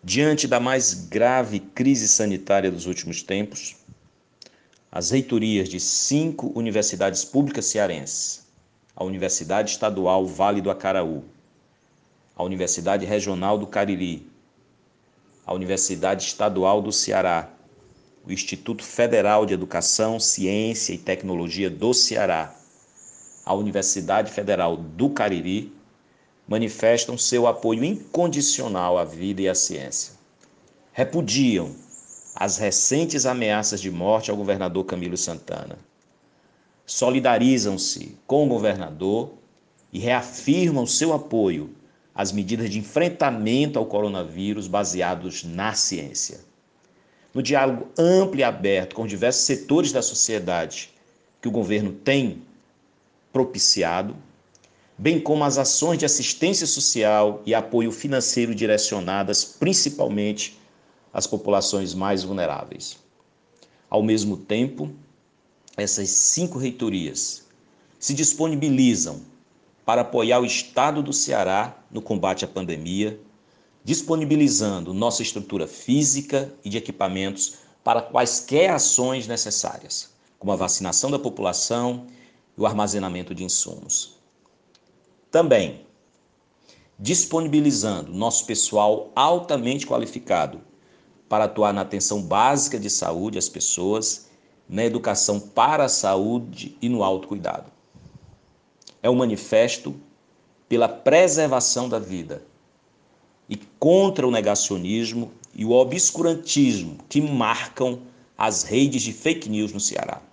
Diante da mais grave crise sanitária dos últimos tempos, as reitorias de 5 universidades públicas cearenses, a Universidade Estadual Vale do Acaraú, a Universidade Regional do Cariri, a Universidade Estadual do Ceará, o Instituto Federal de Educação, Ciência e Tecnologia do Ceará, a Universidade Federal do Cariri, manifestam seu apoio incondicional à vida e à ciência. Repudiam as recentes ameaças de morte ao governador Camilo Santana. Solidarizam-se com o governador e reafirmam seu apoio às medidas de enfrentamento ao coronavírus baseados na ciência. No diálogo amplo e aberto com diversos setores da sociedade que o governo tem propiciado, bem como as ações de assistência social e apoio financeiro direcionadas principalmente às populações mais vulneráveis. Ao mesmo tempo, essas 5 reitorias se disponibilizam para apoiar o Estado do Ceará no combate à pandemia, disponibilizando nossa estrutura física e de equipamentos para quaisquer ações necessárias, como a vacinação da população e o armazenamento de insumos. Também disponibilizando nosso pessoal altamente qualificado para atuar na atenção básica de saúde às pessoas, na educação para a saúde e no autocuidado. É um manifesto pela preservação da vida e contra o negacionismo e o obscurantismo que marcam as redes de fake news no Ceará.